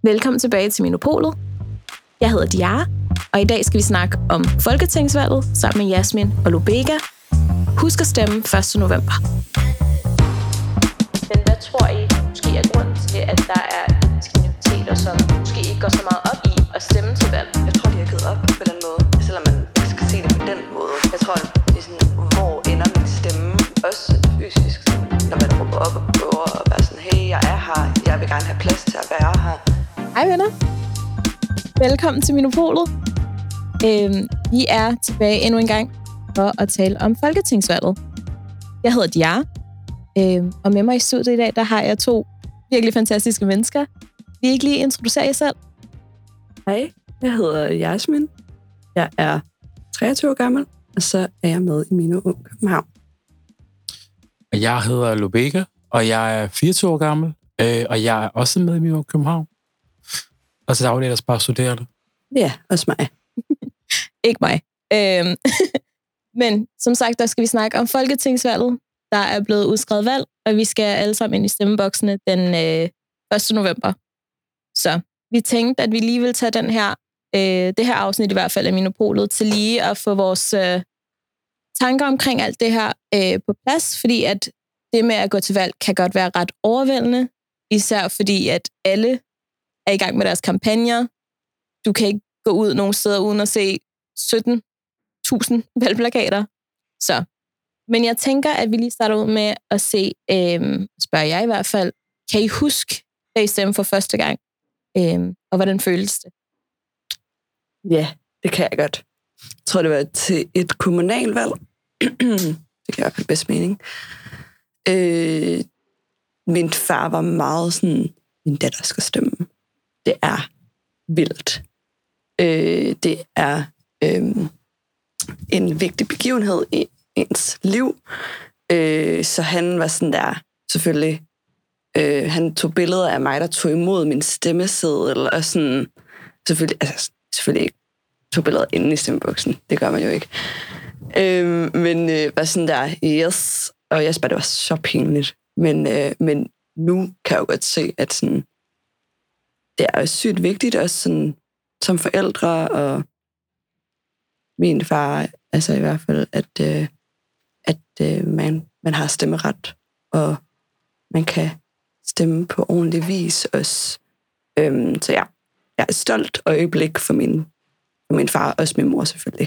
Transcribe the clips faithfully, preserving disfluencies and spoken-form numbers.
Velkommen tilbage til Minopolet. Jeg hedder Diara, og i dag skal vi snakke om folketingsvalget sammen med Jasmin og Lubega. Husk at stemme første november. Men hvad tror I måske er grunden til, at der er etniske minoriteter, som måske ikke går så meget op i at stemme til valg? Jeg tror, de har givet op på den måde, selvom man ikke skal se det på den måde. Jeg tror, det er sådan, hvor ender min stemme, også fysisk, når man råber op og prøver at være sådan, hey, jeg er her, jeg vil gerne have plads til at være her. Hej venner. Velkommen til Minopolet. Øhm, vi er tilbage endnu en gang for at tale om folketingsvalget. Jeg hedder Diara, øhm, og med mig i studiet i dag, der har jeg to virkelig fantastiske mennesker. Vil I ikke lige introducere jer selv? Hej, jeg hedder Jasmin. Jeg er treogtyve år gammel, og så er jeg med i Mino Ung København. Jeg hedder Lubega, og jeg er fireogtyve år gammel, øh, og jeg er også med i Mino Ung København. Og så dagligt ellers bare studerende. Ja, også mig. Ikke mig. Øhm, Men som sagt, der skal vi snakke om folketingsvalget. Der er blevet udskrevet valg, og vi skal alle sammen ind i stemmeboksene den øh, første november. Så vi tænkte, at vi lige vil tage den her, øh, det her afsnit i hvert fald af Minopolet, til lige at få vores øh, tanker omkring alt det her øh, på plads, fordi at det med at gå til valg kan godt være ret overvældende, især fordi at alle er i gang med deres kampagner. Du kan ikke gå ud nogle steder uden at se sytten tusind valgplakater. Så. Men jeg tænker, at vi lige starter ud med at se, øhm, spørger jeg i hvert fald, kan I huske, da I stemte for første gang? Øhm, og hvordan føles det? Ja, det kan jeg godt. Jeg tror, det var til et kommunalvalg. Det kan i hvert fald bedst mening. Øh, min far var meget sådan, min datter skal stemme. Det er vildt. Øh, det er øh, en vigtig begivenhed i ens liv. Øh, så han var sådan der, selvfølgelig, øh, han tog billeder af mig, der tog imod min stemmeseddel, og sådan, selvfølgelig, altså, selvfølgelig ikke tog billeder inde i stemmeboksen. Det gør man jo ikke. Øh, men øh, var sådan der, yes, og jeg synes bare, det var så pinligt. Men, øh, men nu kan jeg jo godt se, at sådan, det er sygt vigtigt også sådan, som forældre, og min far, altså i hvert fald, at, øh, at øh, man, man har stemmeret, og man kan stemme på ordentlig vis også. Øhm, så ja, jeg er et stolt øjeblik for min, for min far, også min mor selvfølgelig.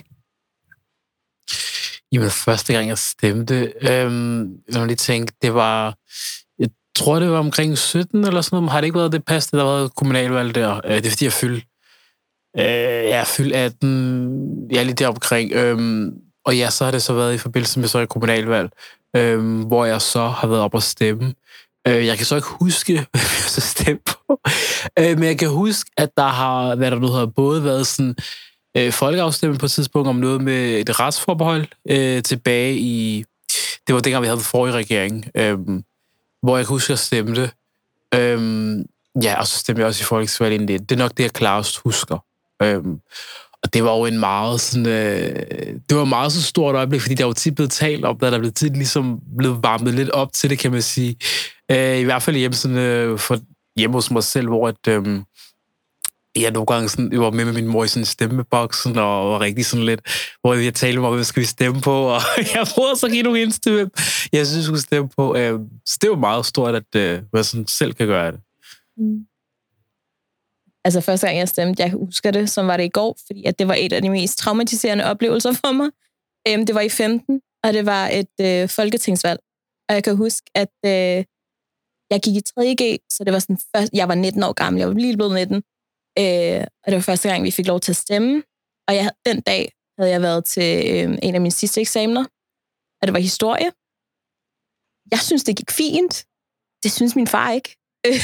Jamen, første gang jeg stemte, øhm, når jeg lige tænkte, det var, jeg tror, det var omkring sytten eller sådan noget. Har det ikke været det pas, der har været kommunalvalg der? Øh, det er fordi, jeg fyldte øh, jeg fyldte atten, jeg er lige deromkring. Øhm, og ja, så har det så været i forbindelse med så et kommunalvalg, øhm, hvor jeg så har været op og stemme. Øh, jeg kan så ikke huske, hvad jeg så stemte på. Øh, men jeg kan huske, at der har, hvad der nu hedder, både været sådan øh, folkeafstemning på et tidspunkt om noget med et retsforbehold øh, tilbage i, det var dengang, vi havde den forrige regering, øh, hvor jeg kan huske, at jeg stemte. Øh, ja, og så stemte jeg også i folketingsvalget inden det. Det er nok det, jeg klarest husker. Øh, og det var jo en meget sådan, øh, det var meget så stort øjeblik, fordi der var tit blevet talt om, der er blevet tit ligesom blevet varmet lidt op til det, kan man sige. Øh, I hvert fald hjemme, sådan, øh, for, hjemme hos mig selv, hvor at, øh, jeg nogle gange sådan, jeg var med med min mor i sådan en stemmeboksen, og var rigtig sådan lidt, hvor jeg talte om, hvad skal vi stemme på, og jeg prøvede så at give nogle indstemme, jeg synes, jeg skulle stemme på. Øh, så det var meget stort, at øh, jeg sådan selv kan gøre det. Mm. Altså første gang jeg stemte, jeg husker det, som var det i går, fordi at det var et af de mest traumatiserende oplevelser for mig. Øhm, det var i femten, og det var et øh, folketingsvalg. Og jeg kan huske, at øh, jeg gik i tredje G, så det var sådan først, jeg var nitten år gammel, jeg var lige blevet nitten. Øh, og det var første gang, vi fik lov til at stemme. Og jeg, den dag havde jeg været til øh, en af mine sidste eksamener, og det var historie. Jeg synes, det gik fint. Det synes min far ikke.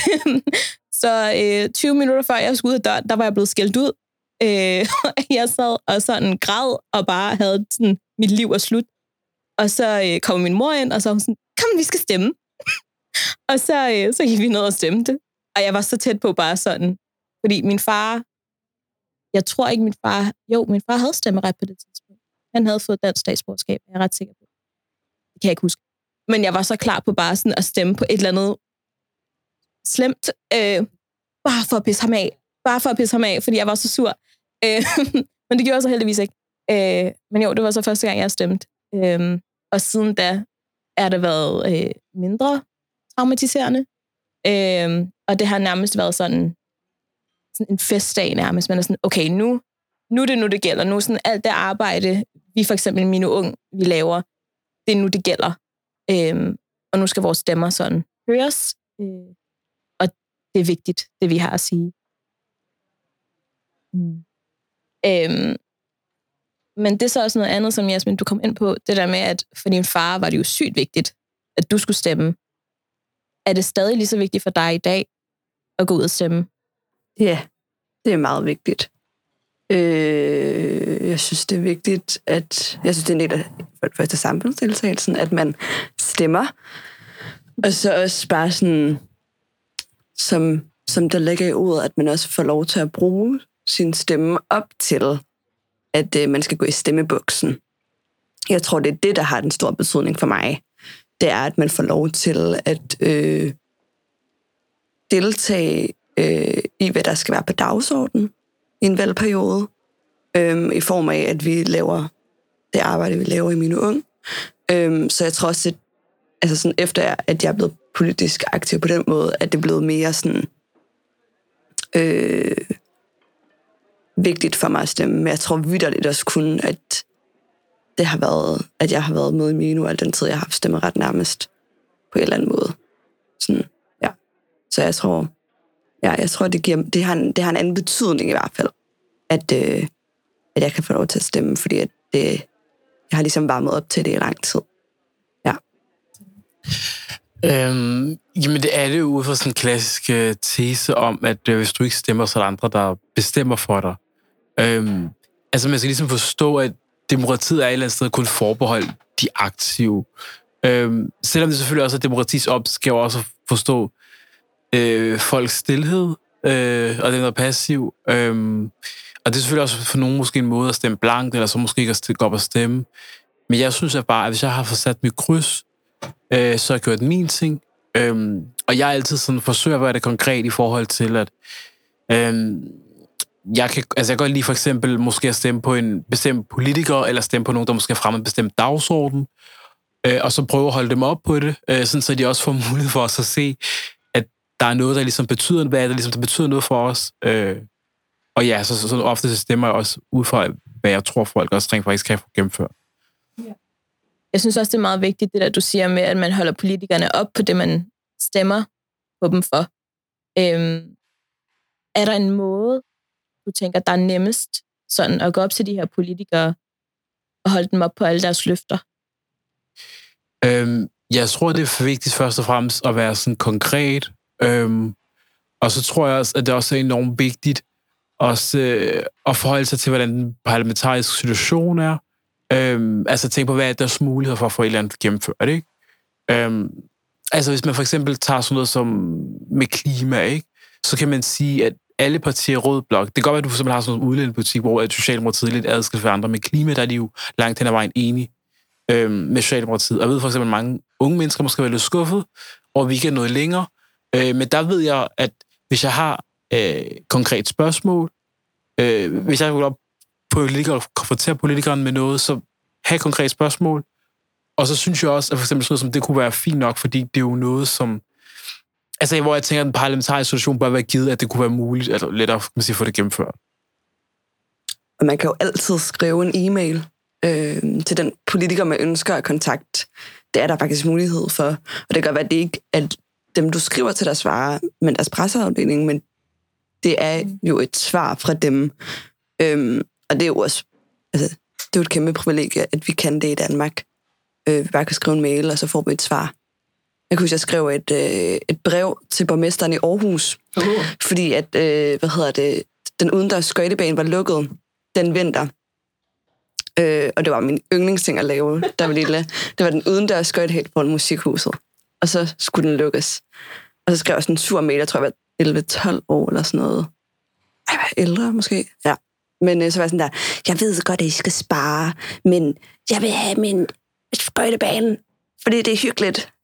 Så øh, tyve minutter før jeg skulle ud af døren, der var jeg blevet skældt ud. Øh, jeg sad og sådan græd, og bare havde sådan, mit liv var slut. Og så øh, kom min mor ind, og så var hun sådan, kom, vi skal stemme. Og så, øh, så gik vi ned og stemte. Og jeg var så tæt på bare sådan, fordi min far, jeg tror ikke min far, jo, min far havde stemmeret på det tidspunkt. Han havde fået dansk statsborgerskab, jeg er ret sikker på. Det kan jeg ikke huske. Men jeg var så klar på bare sådan at stemme på et eller andet slemt. Øh, bare for at pisse ham af. Bare for at pisse ham af, fordi jeg var så sur. Øh, men det gjorde jeg så heldigvis ikke. Øh, men jo, det var så første gang, jeg stemte. Øh, og siden da er det været øh, mindre traumatiserende. Øh, og det har nærmest været sådan, sådan en festdag nærmest. Man er sådan, okay, nu, nu er det nu, det gælder. Nu er sådan alt det arbejde, vi for eksempel mine unge, vi laver, det er nu, det gælder. Øh, og nu skal vores stemmer sådan høres. Øh, og det er vigtigt, det vi har at sige. Mm. Øh, men det er så også noget andet, som Jasmin, du kom ind på, det der med, at for din far var det jo sygt vigtigt, at du skulle stemme. Er det stadig lige så vigtigt for dig i dag at gå ud og stemme? Ja, det er meget vigtigt. Øh, jeg synes, det er vigtigt, at... Jeg synes, det er en del af for det første samfundsdeltagelsen, at man stemmer. Og så også bare sådan, som, som der ligger i ordet, at man også får lov til at bruge sin stemme op til, at øh, man skal gå i stemmebuksen. Jeg tror, det er det, der har den store betydning for mig. Det er, at man får lov til at øh, deltage øh, i, hvad der skal være på dagsordenen i en valgperiode, øh, i form af, at vi laver det arbejde, vi laver i mine unge. Øh, så jeg tror også, at altså sådan, efter at jeg er blevet politisk aktiv på den måde, at det er blevet mere sådan øh, vigtigt for mig at stemme. Men jeg tror vitterligt også kun, at det har været, at jeg har været med i Mino al den tid, jeg har haft stemmeret nærmest på en eller anden måde. Sådan, ja. Så jeg tror, ja, jeg tror, det, giver, det, har en, det har en anden betydning i hvert fald, at, øh, at jeg kan få lov til at stemme, fordi at det, jeg har ligesom varmet op til det i lang tid. Ja. Øhm, jamen det er det jo ud fra sådan en klassisk øh, tese om, at øh, hvis du ikke stemmer, så er der andre, der bestemmer for dig. Øhm, altså man skal ligesom forstå, at demokratiet er et eller andet sted kun forbeholdt de aktive. Øhm, selvom det selvfølgelig også er demokratis opgave også at forstå øh, folks stilhed, øh, og den er passiv. Øhm, og det er selvfølgelig også for nogen måske en måde at stemme blankt, eller så måske ikke at gå op og stemme. Men jeg synes at bare, at hvis jeg har forsat mit kryds, øh, så har jeg gjort min ting. Øhm, og jeg altid sådan forsøger at være det konkret i forhold til, at øhm, jeg kan, altså jeg kan godt lide for eksempel måske at stemme på en bestemt politiker, eller stemme på nogen, der måske fremmer en bestemt dagsorden, øh, og så prøve at holde dem op på det, øh, sådan så de også får mulighed for os at se, at der er noget, der ligesom betyder, hvad er det, ligesom, der betyder noget for os. Øh, og ja, så, så, så ofte så stemmer jeg også ud fra, hvad jeg tror, folk også rent faktisk kan få gennemført. Ja. Jeg synes også, det er meget vigtigt, det der du siger med, at man holder politikerne op på det, man stemmer på dem for. Øhm, er der en måde, du tænker, der er nemmest sådan at gå op til de her politikere og holde dem op på alle deres løfter? Øhm, jeg tror, det er vigtigt først og fremmest at være sådan konkret. Øhm, og så tror jeg også, at det også er enormt vigtigt også, øh, at forholde sig til, hvordan den parlamentariske situation er. Øhm, altså tænke på, hvad er deres muligheder for at få et eller andet gennemført, ikke? Øhm, altså hvis man for eksempel tager sådan noget som med klima, ikke? Så kan man sige, at alle partier i rød blok, det kan godt være, at du for eksempel har sådan en udlændingepolitik, hvor Socialdemokratiet er lidt adskilt fra andre. Med klima, der er de jo langt hen ad vejen enige øhm, med Socialdemokratiet. Og jeg ved for eksempel, at mange unge mennesker måske være lidt skuffet, og vi ikke er noget længere. Øh, men der ved jeg, at hvis jeg har øh, konkret spørgsmål, øh, hvis jeg vil op politikere og konfrontere politikeren med noget, så have konkret spørgsmål. Og så synes jeg også, at for eksempel sådan noget som det kunne være fint nok, fordi det er jo noget, som altså, hvor jeg tænker, at den parlamentariske situation bør være givet, at det kunne være muligt, eller lettere kan man sige, at få det gennemført. Og man kan jo altid skrive en e-mail øh, til den politiker, man ønsker at kontakt. Det er der faktisk mulighed for. Og det kan være, at det ikke er dem, du skriver til, der svarer, men deres presseafdeling, men det er jo et svar fra dem. Øhm, og det er jo også altså, det er jo et kæmpe privilegie, at vi kan det i Danmark. Øh, vi bare kan skrive en mail, og så får vi et svar. Jeg kunne huske, jeg skrev et, øh, et brev til borgmesteren i Aarhus, uh-huh. fordi at, øh, hvad hedder det, den udendørs skøjtebane var lukket den vinter. Øh, og det var min yndlingsting at lave, der var lille. Det var den udendørs skøjtehæld på musikhuset. Og så skulle den lukkes. Og så skrev jeg sådan en sur mail, jeg tror, jeg var elleve tolv år eller sådan noget. Jeg var ældre måske, ja. Men øh, så var jeg sådan der, jeg ved godt, at I skal spare, men jeg vil have min skøjtebane, fordi det er hyggeligt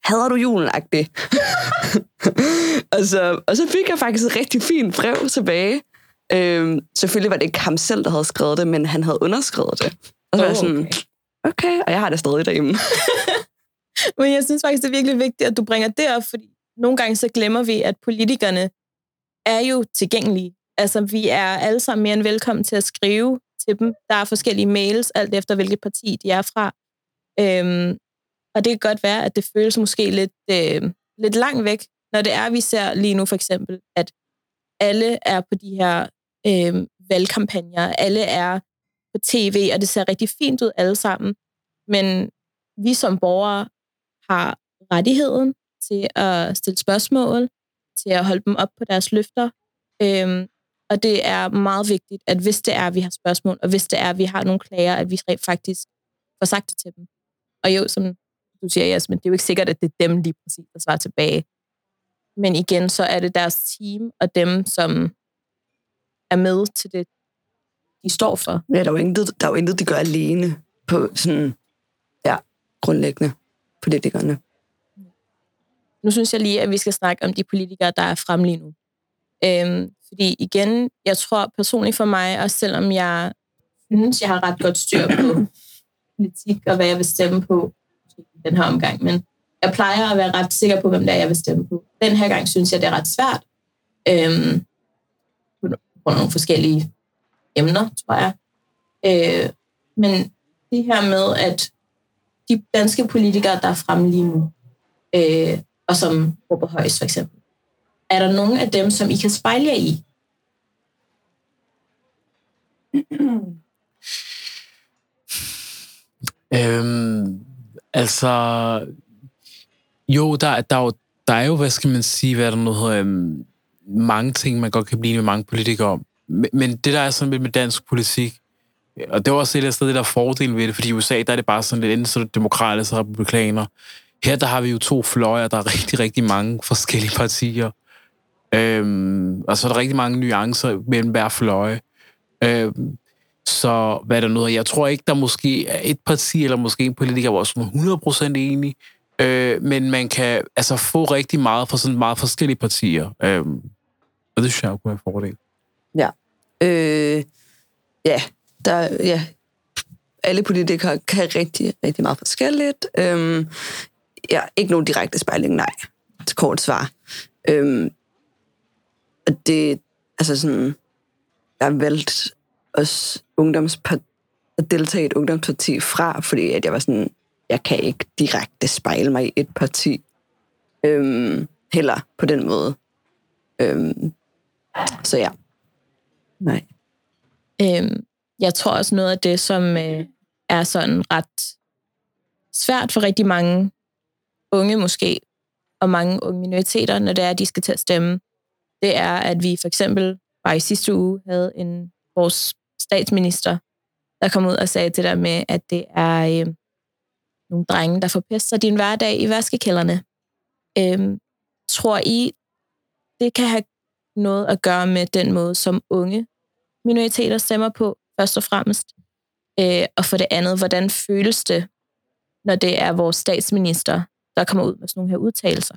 hader du julen-agtig? og, så, og så fik jeg faktisk et rigtig fint brev tilbage. Øhm, selvfølgelig var det ikke ham selv, der havde skrevet det, men han havde underskrevet det. Og så var jeg sådan, okay. okay, og jeg har det stadig derhjemme. Men jeg synes faktisk, det er virkelig vigtigt, at du bringer det op, fordi nogle gange så glemmer vi, at politikerne er jo tilgængelige. Altså, vi er alle sammen mere end velkommen til at skrive til dem. Der er forskellige mails, alt efter hvilket parti de er fra. Øhm, og det kan godt være, at det føles måske lidt, øh, lidt langt væk, når det er, vi ser lige nu for eksempel, at alle er på de her øh, valgkampagner, alle er på tv, og det ser rigtig fint ud alle sammen. Men vi som borgere har rettigheden til at stille spørgsmål, til at holde dem op på deres løfter. Øhm, og det er meget vigtigt, at hvis det er, at vi har spørgsmål, og hvis det er, at vi har nogle klager, at vi rent faktisk får sagt det til dem. Og jo, som du siger, Jasmin, det er jo ikke sikkert, at det er dem lige præcis, der svarer tilbage. Men igen, så er det deres team og dem, som er med til det, de står for. Ja, der er jo intet, der er jo intet de gør alene på sådan, ja, grundlæggende politikerne. Nu synes jeg lige, at vi skal snakke om de politikere, der er fremme lige nu. Øhm, fordi igen, jeg tror personligt for mig, og selvom jeg synes, jeg har ret godt styr på politik og hvad jeg vil stemme på i den her omgang, men jeg plejer at være ret sikker på, hvem det er, jeg vil stemme på. Den her gang synes jeg, det er ret svært. Øhm, på nogle forskellige emner, tror jeg. Øh, men det her med, at de danske politikere, der er fremme lige nu, øh, og som råber højst for eksempel, er der nogen af dem, som I kan spejle jer i? øhm, altså, jo, der, der, er jo, der er jo, hvad skal man sige, hvad er der noget hedder, øhm, mange ting, man godt kan blive med mange politikere om. Men, men det, der er sådan lidt med dansk politik, og det var også et eller andet sted, det der er fordelen ved det, fordi i U S A, der er det bare sådan lidt enten så det demokrater og republikaner. Her, der har vi jo to fløjer, der er rigtig, rigtig mange forskellige partier. Øhm, og så er der rigtig mange nuancer mellem hver fløje. Øhm, så hvad er der noget? Jeg tror ikke, der måske er et parti, eller måske en politiker, hvor jeg er hundrede procent enig, øh, men man kan altså få rigtig meget fra sådan meget forskellige partier. Øhm, og det synes jeg kunne være fordel. Ja. Øh, ja, der, ja. Alle politikere kan rigtig, rigtig meget forskelligt. Øhm, ja, ikke nogen direkte spejling, nej. Et kort svar. Øhm, og det, altså sådan, jeg har valgt os ungdomspart- at deltage i et ungdomsparti fra, fordi at jeg var sådan, jeg kan ikke direkte spejle mig i et parti. Øhm, heller på den måde. Øhm, så ja. Nej. Øhm, jeg tror også noget af det, som øh, er sådan ret svært for rigtig mange unge måske, og mange unge minoriteter, når det er, at de skal til at stemme, det er, at vi for eksempel bare i sidste uge havde en vores statsminister, der kom ud og sagde det der med, at det er øh, nogle drenge, der forpester din hverdag i vaskekælderne. Øhm, tror I, det kan have noget at gøre med den måde, som unge minoriteter stemmer på, først og fremmest? Øh, og for det andet, hvordan føles det, når det er vores statsminister, der kommer ud med sådan nogle her udtalelser?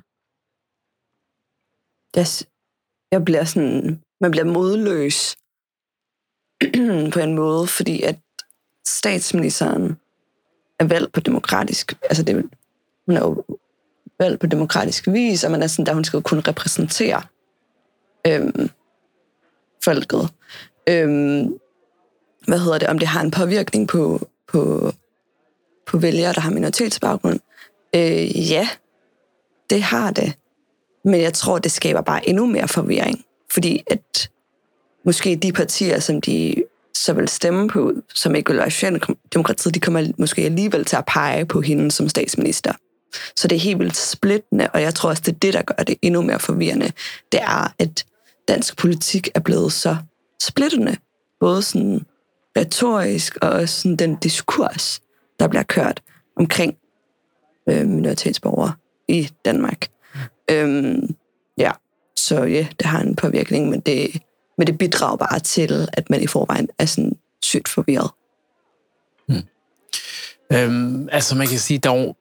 Det, jeg bliver sådan, man bliver modløs på en måde, fordi at statsministeren er valgt på demokratisk, altså det, hun er jo valgt på demokratisk vis, og man er sådan, der hun skal kunne repræsentere øhm, folket. Øhm, hvad hedder det, om det har en påvirkning på, på, på vælgere, der har minoritetsbaggrund? Øh, ja, det har det. Men jeg tror, det skaber bare endnu mere forvirring, fordi at måske de partier, som de så vil stemme på, som ikke vil være Socialdemokratiet, de kommer måske alligevel til at pege på hende som statsminister. Så det er helt vildt splittende, og jeg tror også, det er det, der gør det endnu mere forvirrende. Det er, at dansk politik er blevet så splittende, både sådan retorisk og også sådan den diskurs, der bliver kørt omkring øh, minoritetsborgere i Danmark. Øhm, ja, så ja, det har en påvirkning, men det, men det bidrager bare til, at man i forvejen er sådan sygt forvirret. Hmm. Øhm, altså man kan sige, der er,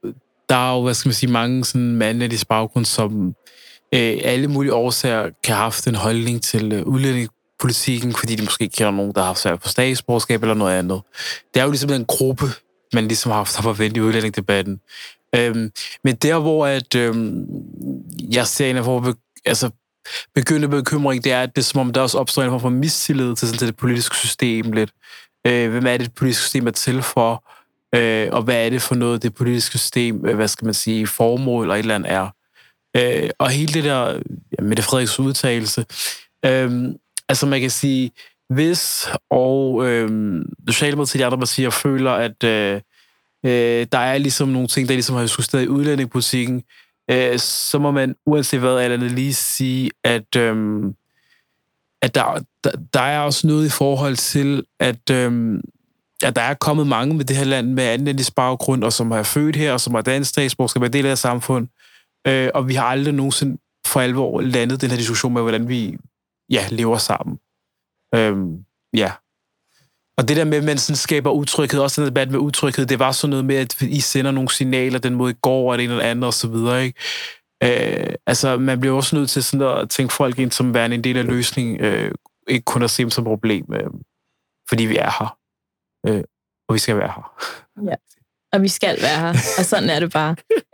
der er jo, hvad skal man sige, mange sådan mandlige baggrund, som øh, alle mulige årsager kan have haft en holdning til øh, udlændingepolitikken, fordi de måske kender nogen, der har haft svært på statsborgerskab eller noget andet. Det er jo ligesom en gruppe, man ligesom har haft der forventet i udlændingedebatten. Øhm, men der, hvor at, øhm, jeg ser en for altså, begyndende bekymring, det er, at det er som om, der også opstår en form for mistillid til, sådan, til det politiske system lidt. Øh, hvem er det, det politiske system er til for? Øh, og hvad er det for noget, det politiske system, øh, hvad skal man sige, formål eller et eller andet er? Øh, og hele det der, ja, Mette Frederiksens udtalelse, øh, altså man kan sige, hvis og øh, Socialdemokratiet og andre partier føler, at øh, øh, der er ligesom nogle ting, der ligesom har diskuteret i udlændingepolitikken, øh, så må man uanset hvad eller andet lige sige, at, øh, at der, der, der er også noget i forhold til, at, øh, at der er kommet mange med det her land med anden etnisk baggrund, og som har født her, og som har dansk statsborgerskab, en del af samfund, øh, og vi har aldrig nogensinde for alvor landet den her diskussion med, hvordan vi ja, lever sammen. Øhm, ja. Og det der med, at man sådan skaber utryghed, også den debat med utryghed, det var sådan noget med, at I sender nogle signaler, den måde I går, og det ene eller andet, og så videre, ikke? Øh, altså, man bliver også nødt til sådan at tænke folk ind som værende en del af løsningen, øh, ikke kun at se dem som problem, øh, fordi vi er her. Øh, og vi skal være her. Ja, og vi skal være her, og sådan er det bare.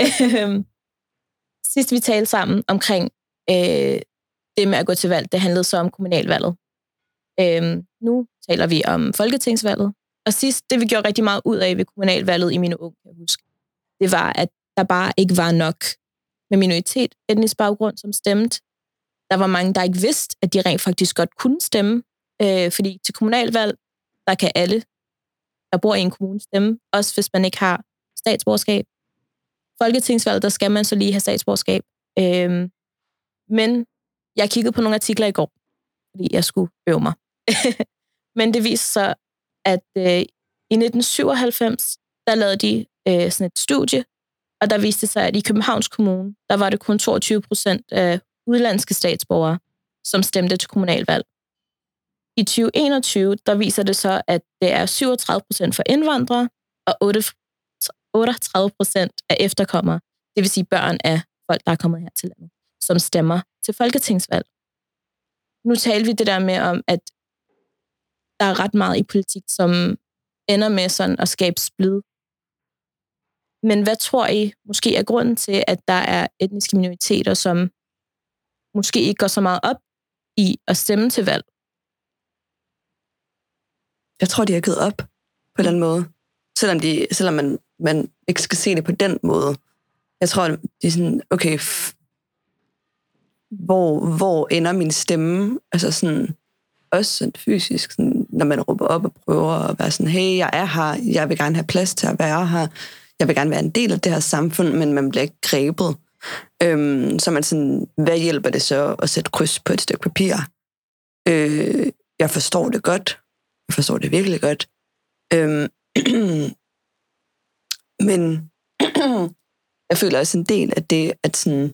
Sidst vi talte sammen omkring øh, det med at gå til valg, det handlede så om kommunalvalget. Øhm, nu taler vi om folketingsvalget. Og sidst, det vi gjorde rigtig meget ud af ved kommunalvalget i mine unge, kan jeg huske, det var, at der bare ikke var nok med minoritet, etnisk baggrund, som stemte. Der var mange, der ikke vidste, at de rent faktisk godt kunne stemme. Øh, fordi til kommunalvalg, der kan alle, der bor i en kommune, stemme. Også hvis man ikke har statsborgerskab. Folketingsvalget, der skal man så lige have statsborgerskab. Øh, men jeg kiggede på nogle artikler i går, fordi jeg skulle øve mig. Men det viser sig, at øh, i nitten syvoghalvfems, der lavede de øh, sådan et studie, og der viste sig, at i Københavns Kommune, der var det kun toogtyve procent af udlandske statsborgere, som stemte til kommunalvalg. I tyve enogtyve, der viser det så, at det er syvogtredive procent for indvandrere, og otteogtredive procent af efterkommere, det vil sige børn af folk, der er kommet her til landet, som stemmer til folketingsvalg. Nu taler vi det der med om, at der er ret meget i politik, som ender med sådan at skabe splid. Men hvad tror I måske er grunden til, at der er etniske minoriteter, som måske ikke går så meget op i at stemme til valg? Jeg tror, de har givet op på den måde. Selvom, de, selvom man, man ikke skal se det på den måde. Jeg tror, de er sådan, okay, f- hvor, hvor ender min stemme? Altså sådan, også sådan fysisk, sådan, når man råber op og prøver at være sådan, hey, jeg er her, jeg vil gerne have plads til at være her, jeg vil gerne være en del af det her samfund, men man bliver ikke grebet. Øhm, så man sådan, hvad hjælper det så at sætte kryds på et stykke papir? Øh, jeg forstår det godt. Jeg forstår det virkelig godt. Øhm, men jeg føler også en del af det, at sådan,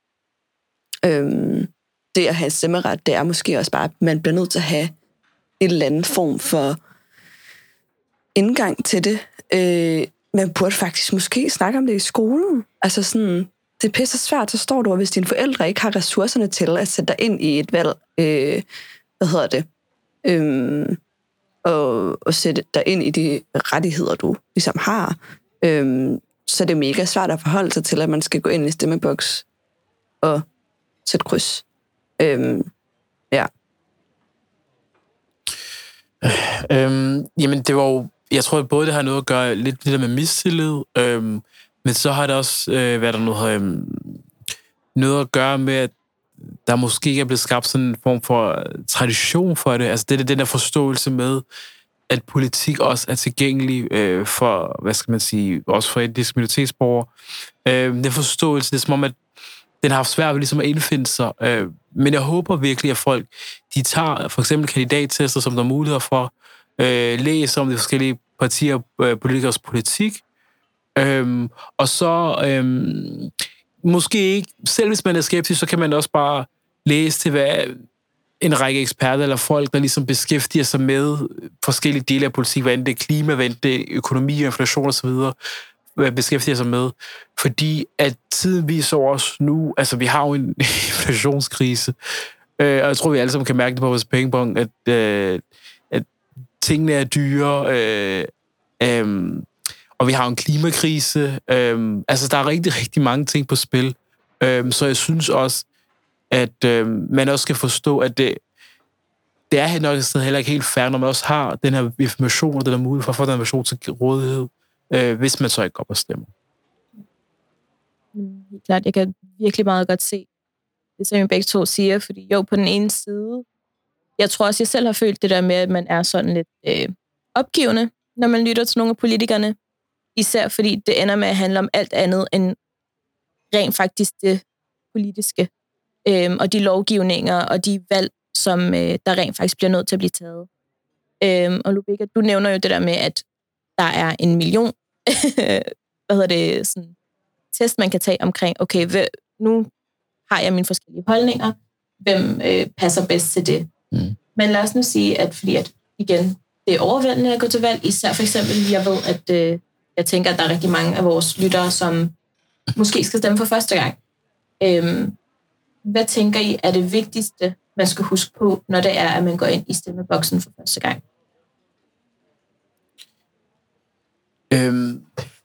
øhm, det at have stemmeret, det er måske også bare, at man bliver nødt til at have en eller anden form for indgang til det. Øh, man burde faktisk måske snakke om det i skolen. Altså sådan, det er pisse svært, så står du, hvis dine forældre ikke har ressourcerne til at sætte dig ind i et valg, øh, hvad hedder det, øh, og, og sætte dig ind i de rettigheder, du ligesom har, øh, så det er mega svært at forholde sig til, at man skal gå ind i stemmeboks og sætte kryds. Øh, ja. Øhm, jamen, det var jo, jeg tror, at både det har noget at gøre lidt, lidt med mistillid, øhm, men så har det også øh, været der noget, øhm, noget at gøre med, at der måske ikke er blevet skabt sådan en form for tradition for det. Altså det er den der forståelse med, at politik også er tilgængelig øh, for, hvad skal man sige, også for etniske minoritetsborgere. Øh, den forståelse, det er som om, at den har haft svært ved ligesom at indfinde sig. Øh, men jeg håber virkelig, at folk, de tager for eksempel kandidattester, som der er muligheder for, øh, læser om de forskellige partier og øh, politikers politik, øh, og så øh, måske ikke, selv hvis man er skeptisk, så kan man også bare læse til, hvad en række eksperter eller folk, der ligesom beskæftiger sig med forskellige dele af politik, hvad enten det er klima, hvad enten det er økonomi og inflation osv., beskæftiger sig med. Fordi at tiden viser os nu, altså vi har jo en inflationskrise, øh, og jeg tror, vi alle sammen kan mærke det på vores pengepong, at, øh, at tingene er dyre, øh, øh, og vi har en klimakrise. Øh, altså, der er rigtig, rigtig mange ting på spil. Øh, så jeg synes også, at øh, man også skal forstå, at det, det er nok et sted heller ikke helt fair, når man også har den her information, og den her mulighed for at få den information til rådighed, øh, hvis man så ikke går op og stemmer. Helt klart, jeg kan virkelig meget godt se det, som I begge to siger, fordi jo, på den ene side, jeg tror også, jeg selv har følt det der med, at man er sådan lidt øh, opgivende, når man lytter til nogle af politikerne, især fordi det ender med at handle om alt andet end rent faktisk det politiske, øh, og de lovgivninger og de valg, som øh, der rent faktisk bliver nødt til at blive taget. Øh, og Lubega, du nævner jo det der med, at der er en million, hvad hedder det, sådan test, man kan tage omkring, okay, nu har jeg mine forskellige holdninger, hvem øh, passer bedst til det. Mm. Men lad os nu sige, at fordi at, igen, det er overvældende at gå til valg, især for eksempel, jeg ved, at øh, jeg tænker, at der er rigtig mange af vores lyttere, som måske skal stemme for første gang. Øhm, hvad tænker I er det vigtigste, man skal huske på, når det er, at man går ind i stemmeboksen for første gang? Øhm,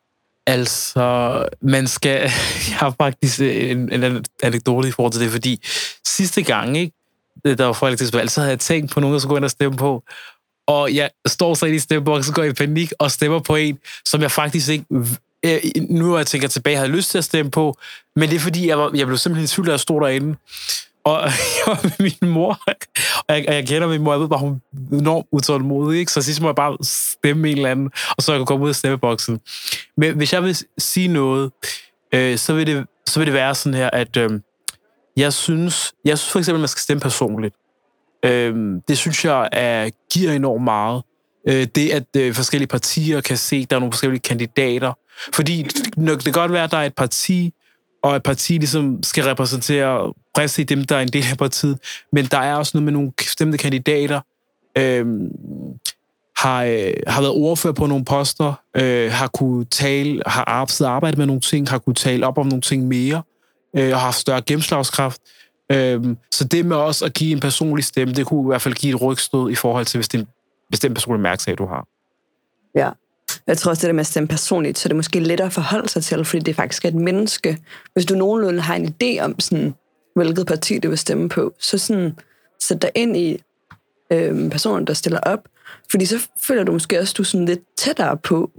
altså, man skal... Jeg har faktisk en, en anekdote i forhold til det, fordi sidste gang, ikke, der var folketingsvalg, så havde jeg tænkt på nogen, der skulle gå ind og stemme på, og jeg står så ind i stemmeboksen, går i panik og stemmer på en, som jeg faktisk ikke... Nu når jeg tænker tilbage, jeg havde lyst til at stemme på, men det er fordi, jeg, var, jeg blev simpelthen i tvivl, da jeg stod derinde. Og jeg var med min mor, og jeg, og jeg kender min mor, jeg ved bare, hun er enormt utålmodig, ikke? Så sidst må jeg bare stemme en eller anden, og så jeg kunne komme ud af stemmeboksen. Men hvis jeg vil sige noget, øh, så, vil det, så vil det være sådan her, at øh, jeg synes, jeg synes for eksempel, at man skal stemme personligt. Øh, det synes jeg er, giver enormt meget. Øh, det, at øh, forskellige partier kan se, at der er nogle forskellige kandidater. Fordi det kan godt være, at der er et parti, og et parti ligesom skal repræsentere præcis dem, der er en del af partiet, men der er også noget med nogle stemte kandidater, øh, har, øh, har været ordfører på nogle poster, øh, har kunne tale, har arbejdet med nogle ting, har kunne tale op om nogle ting mere, øh, og har haft større gennemslagskraft. Øh, så det med også at give en personlig stemme, det kunne i hvert fald give et rygstød i forhold til, hvis det er en bestemt personlig mærkesag, du har. Ja. Jeg tror også, det der med at stemme personligt, så er det måske lettere at forholde sig til, fordi det faktisk er et menneske. Hvis du nogenlunde har en idé om, sådan, hvilket parti du vil stemme på, så sådan, sæt dig ind i øh, personen, der stiller op, fordi så føler du måske også, du er sådan lidt tættere på,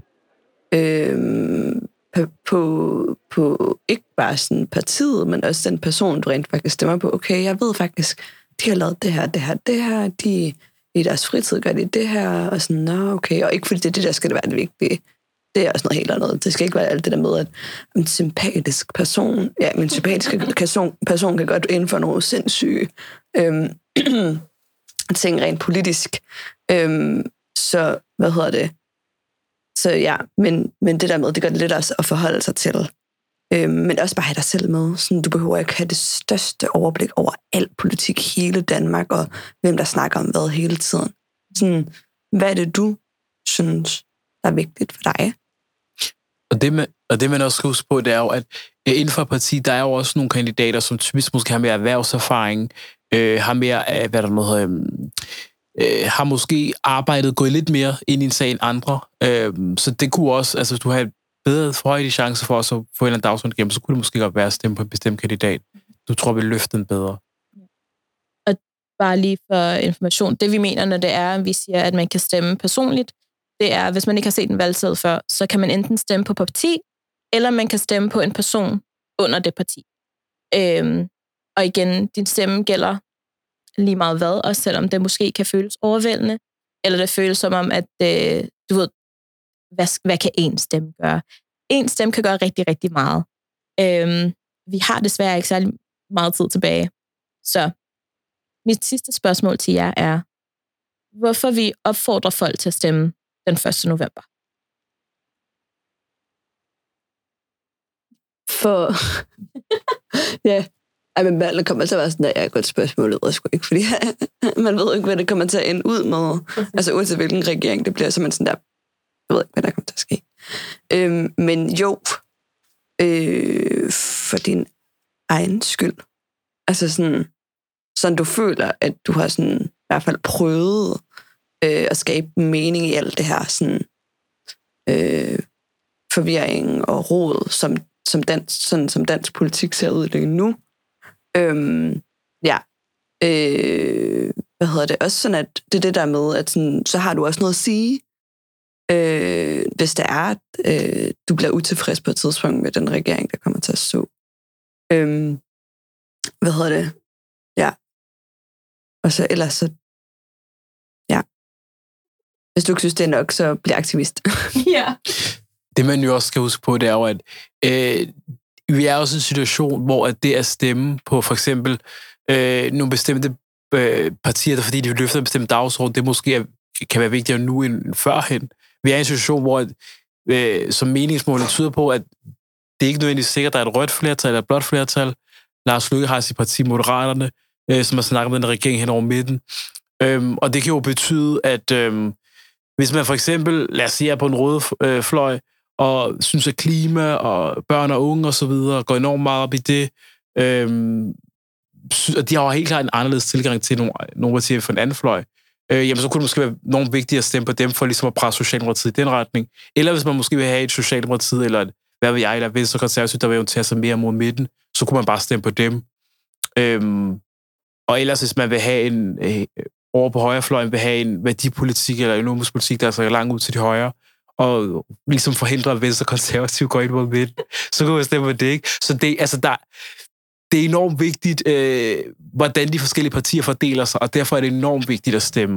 øh, på, på ikke bare sådan partiet, men også den person, du rent faktisk stemmer på. Okay, jeg ved faktisk, de har lavet det her, det her, det her, de... i deres fritid gør de det her, og sådan, nå, okay, og ikke fordi det er det, der skal det være det vigtige. Det er også noget helt andet. Det skal ikke være alt det der med, at en sympatisk person, ja, en sympatisk person, person kan godt indføre nogle sindssyge øhm, ting rent politisk. Øhm, så, hvad hedder det? Så ja, men, men det der med, det gør det lidt også at forholde sig til. Øhm, men også bare have dig selv med. Sådan, du behøver ikke have det største overblik over al politik i hele Danmark, og hvem der snakker om hvad hele tiden. Sådan, hvad er det, du synes, der er vigtigt for dig? Og det, man, og det man også skal huske på, det er jo, at inden for et parti, der er jo også nogle kandidater, som typisk måske har mere erhvervserfaring, øh, har mere, hvad der noget, øh, har måske arbejdet, gået lidt mere ind i en sag end andre. Øh, så det kunne også, altså hvis du har bedre forhøjede chancer for os at få en eller anden dagsorden igennem, så kunne det måske godt være at stemme på en bestemt kandidat. Du tror, vi løfter den bedre. Og bare lige for information, det vi mener, når det er, at vi siger, at man kan stemme personligt, det er, hvis man ikke har set en valgseddel før, så kan man enten stemme på parti, eller man kan stemme på en person under det parti. Øhm, og igen, din stemme gælder lige meget hvad, også selvom det måske kan føles overvældende, eller det føles som om, at øh, du ved, Hvad, hvad kan én stemme gøre? En stemme kan gøre rigtig, rigtig meget. Øhm, vi har desværre ikke særlig meget tid tilbage. Så mit sidste spørgsmål til jer er, hvorfor vi opfordrer folk til at stemme den første november? For... ja, Ej, men valget kommer til at være sådan, at jeg er et godt spørgsmål, jeg sgu ikke, fordi man ved ikke, hvad det kommer til at ende ud med. Altså uanset hvilken regering det bliver, så man sådan der, jeg ved ikke, hvad der kommer til at ske. øhm, men jo, øh, for din egen skyld. Altså sådan, sådan du føler, at du har sådan, i hvert fald prøvet øh, at skabe mening i alt det her sådan, øh, forvirring og rod, som, som, dansk, sådan, som dansk politik ser ud lige nu. Øhm, ja. Øh, hvad hedder det? Også sådan, at det er det der med, at sådan, så har du også noget at sige, øh, hvis det er, at øh, du bliver utilfreds på et tidspunkt med den regering, der kommer til at stå. Øhm, hvad hedder det? Ja. Og så ellers så, ja. Hvis du ikke synes, det er nok, så bliver aktivist. Ja. Det, man jo også skal huske på, det er jo, at øh, vi er også i en situation, hvor at det at stemme på for eksempel øh, nogle bestemte øh, partier, der fordi de løfter en bestemt dagsorden, det måske er, kan være vigtigere nu end førhen. Vi er i en situation, hvor at, øh, som meningsmåling tyder på, at det er ikke nødvendigvis sikkert, at der er et rødt flertal eller et blåt flertal. Lars Løkke har sit parti Moderaterne, øh, som har snakket med den regering hen over midten. Øhm, og det kan jo betyde, at øh, hvis man for eksempel, lad os sige, er på en røde øh, fløj, og synes, at klima og børn og unge og så videre går enormt meget op i det, øhm, og de har jo helt klart en anderledes tilgang til nogle, nogle partier for en anden fløj, øh, jamen så kunne det måske være enormt vigtigt at stemme på dem, for ligesom at presse Socialdemokratiet i den retning. Eller hvis man måske vil have et Socialdemokratiet, eller et, hvad ved jeg, eller Venstre Konservativt, der vil jo tage sig mere mod midten, så kunne man bare stemme på dem. Øhm, og ellers, hvis man vil have en, øh, over på højrefløjen, vil have en værdipolitik, eller en økonomisk politik, der er så langt ud til de højre, og ligesom forhindre, at Venstre Konservativ går ind mod midten, så kan man stemme på det, ikke? Så det, altså, der, det er enormt vigtigt, øh, hvordan de forskellige partier fordeler sig, og derfor er det enormt vigtigt at stemme.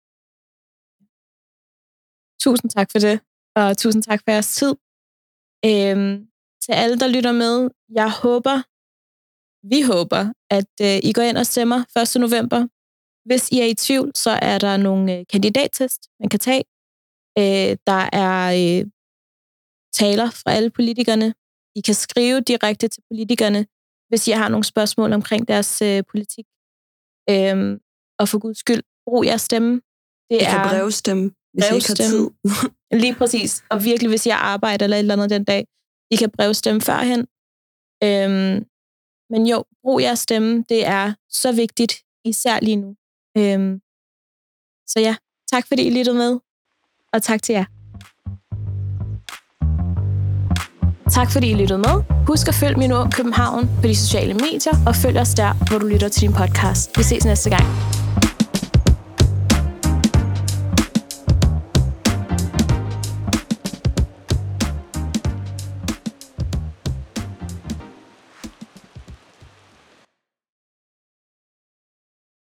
Tusind tak for det, og tusind tak for jeres tid. Øhm, til alle, der lytter med, jeg håber, vi håber, at øh, I går ind og stemmer første november. Hvis I er i tvivl, så er der nogle øh, kandidattest, man kan tage. Øh, der er øh, taler fra alle politikerne. I kan skrive direkte til politikerne, hvis I har nogle spørgsmål omkring deres øh, politik. Øh, og for guds skyld, brug jeres stemme. Det I er kan brevstemme, hvis I ikke har tid. Lige præcis. Og virkelig, hvis jeg arbejder eller et eller andet den dag, I kan brevstemme førhen. Øh, men jo, brug jeres stemme. Det er så vigtigt, især lige nu. Øh, så ja, tak fordi I lyttede med. Og tak til jer. Tak fordi I lyttede med. Husk at følge Min Ung København på de sociale medier, og følg os der, hvor du lytter til din podcast. Vi ses næste gang.